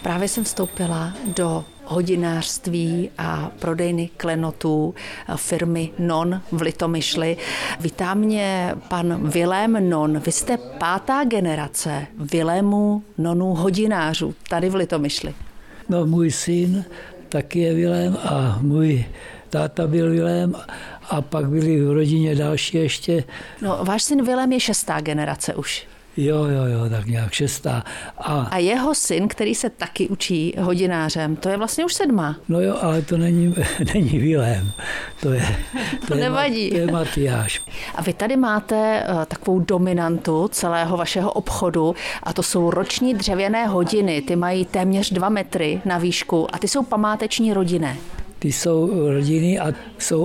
Právě jsem vstoupila do hodinářství a prodejny klenotů firmy Non v Litomyšli. Vítá mě pan Vilém Non. Vy jste 5. generace Vilémů Nonů hodinářů tady v Litomyšli. No, můj syn taky je Vilém a můj táta byl Vilém a pak byli v rodině další ještě. No, váš syn Vilém je 6. generace už. Jo, tak nějak 6. A jeho syn, který se taky učí hodinářem, to je vlastně už 7. No jo, ale to není Vilém. To nevadí. To je Matyáš. A vy tady máte takovou dominantu celého vašeho obchodu a to jsou roční dřevěné hodiny. Ty mají téměř 2 metry na výšku a ty jsou památeční rodinné. Ty jsou rodiny a jsou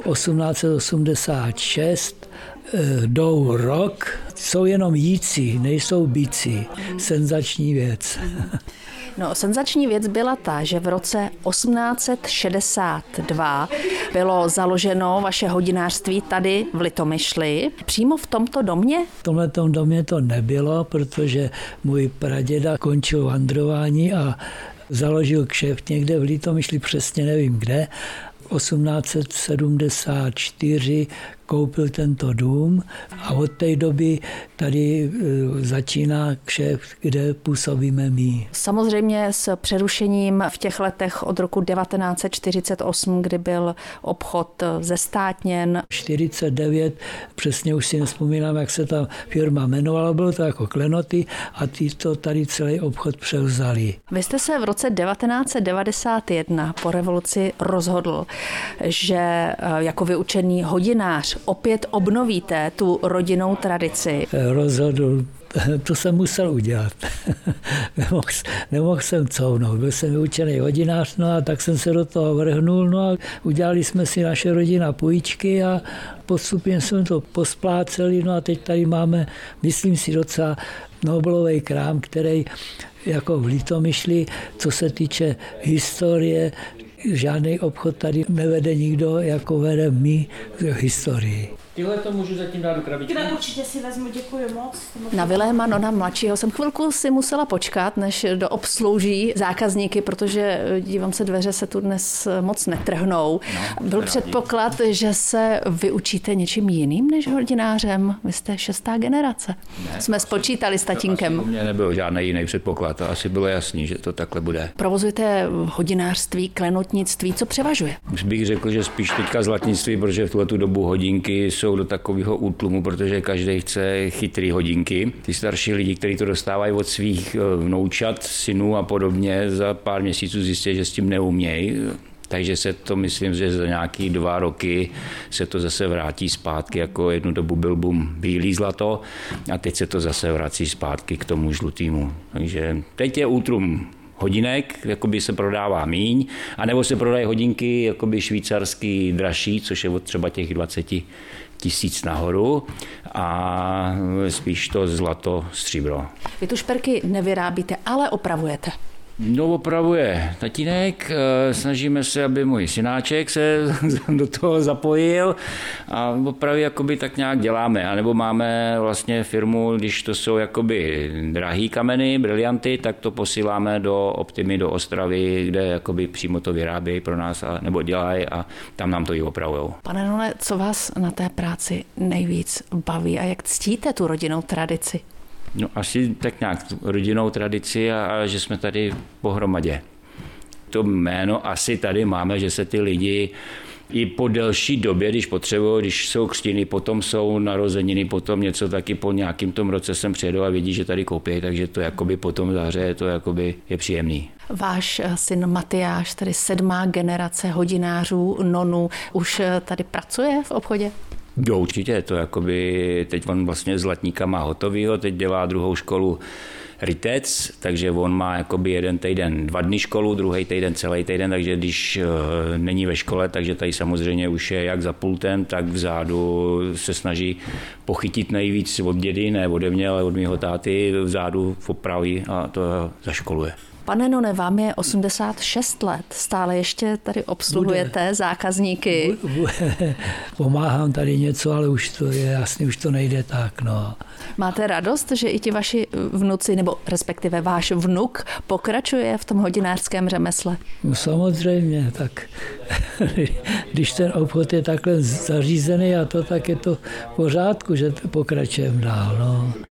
1886, jdou rok, jsou jenom jící, nejsou bící. Senzační věc. No, senzační věc byla ta, že v roce 1862 bylo založeno vaše hodinářství tady v Litomyšli. Přímo v tomto domě? V tomhletom domě to nebylo, protože můj praděda končil vandrování a založil kšeft někde v Litomyšli, přesně nevím kde. 1874 koupil tento dům a od té doby tady začíná kšeft, kde působíme my. Samozřejmě s přerušením v těch letech od roku 1948, kdy byl obchod zestátněn. 49, přesně už si nevzpomínám, jak se ta firma jmenovala, bylo to jako Klenoty a ty to tady celý obchod převzali. Vy jste se v roce 1991 po revoluci rozhodl, že jako vyučený hodinář opět obnovíte tu rodinnou tradici. Rozhodl, to jsem musel udělat. Nemohl jsem couvnout. Byl jsem vyučený hodinář, no a tak jsem se do toho vrhnul, no a udělali jsme si naše rodina půjčky a postupně jsme to pospláceli, no a teď tady máme, myslím si, docela Nobelový krám, který jako v Litomyšli, co se týče historie, žádný obchod tady nevede nikdo, jako vede my v historii. Tyhle to můžu zatím dát do krabičky. Tyhle určitě si vezmu, děkuji moc. Na Viléma Nona mladšího jsem chvilku si musela počkat, než doobslouží zákazníky, protože dívám se, dveře se tu dnes moc netrhnou. Byl předpoklad, že se vyučíte něčím jiným než hodinářem. Vy jste 6. generace. Ne, jsme spočítali s tatínkem. U mě nebyl žádný jiný předpoklad, to asi bylo jasný, že to takhle bude. Provozujete hodinářství, klenotnictví, co převažuje? Už bych řekl, že spíš teďka zlatnictví, protože v tuhletu dobu hodinky jsou do takového útlumu, protože každý chce chytrý hodinky. Ty starší lidi, kteří to dostávají od svých vnoučat, synů a podobně, za pár měsíců zjistí, že s tím neumějí. Takže se to, myslím, že za nějaký 2 roky se to zase vrátí zpátky, jako jednu dobu byl boom bílý zlato a teď se to zase vrací zpátky k tomu žlutýmu. Takže teď je útlum hodinek, jakoby se prodává míň, anebo se prodají hodinky jakoby švýcarský dražší, což je od třeba těch 20 000 nahoru a spíš to zlato, stříbro. Vy tu šperky nevyrábíte, ale opravujete. No, opravuje tatínek, snažíme se, aby můj synáček se do toho zapojil a opravy jakoby tak nějak děláme, anebo máme vlastně firmu, když to jsou jakoby drahý kameny, brilianty, tak to posíláme do Optimy, do Ostravy, kde jakoby přímo to vyrábějí pro nás nebo dělají a tam nám to i opravujou. Pane None, co vás na té práci nejvíc baví a jak ctíte tu rodinnou tradici? No asi tak nějak rodinnou tradici a že jsme tady pohromadě. To jméno asi tady máme, že se ty lidi i po delší době, když potřebují, když jsou křtiny, potom jsou narozeniny, potom něco taky po nějakým tom roce sem přijedou a vidí, že tady koupí, takže to jakoby potom záře, to jakoby je příjemný. Váš syn Matyáš, tedy 7. generace hodinářů Nonů, už tady pracuje v obchodě? Jo, určitě, to jakoby, teď on vlastně zlatníka má hotovýho, teď dělá 2. školu rytec, takže on má jakoby jeden týden 2 dny školu, druhý týden celý týden, takže když není ve škole, takže tady samozřejmě už je jak za pultem, tak vzadu se snaží pochytit nejvíc od dědy, ne ode mě, ale od mého táty vzadu v opraví a to zaškoluje. Pane None, vám je 86 let, stále ještě tady obsluhujete zákazníky. Pomáhám tady něco, ale už to je jasný, už to nejde tak. No. Máte radost, že i ti vaši vnuci, nebo respektive váš vnuk pokračuje v tom hodinářském řemesle? No samozřejmě, tak když ten obchod je takhle zařízený a to, tak je to v pořádku, že pokračujeme dál. No.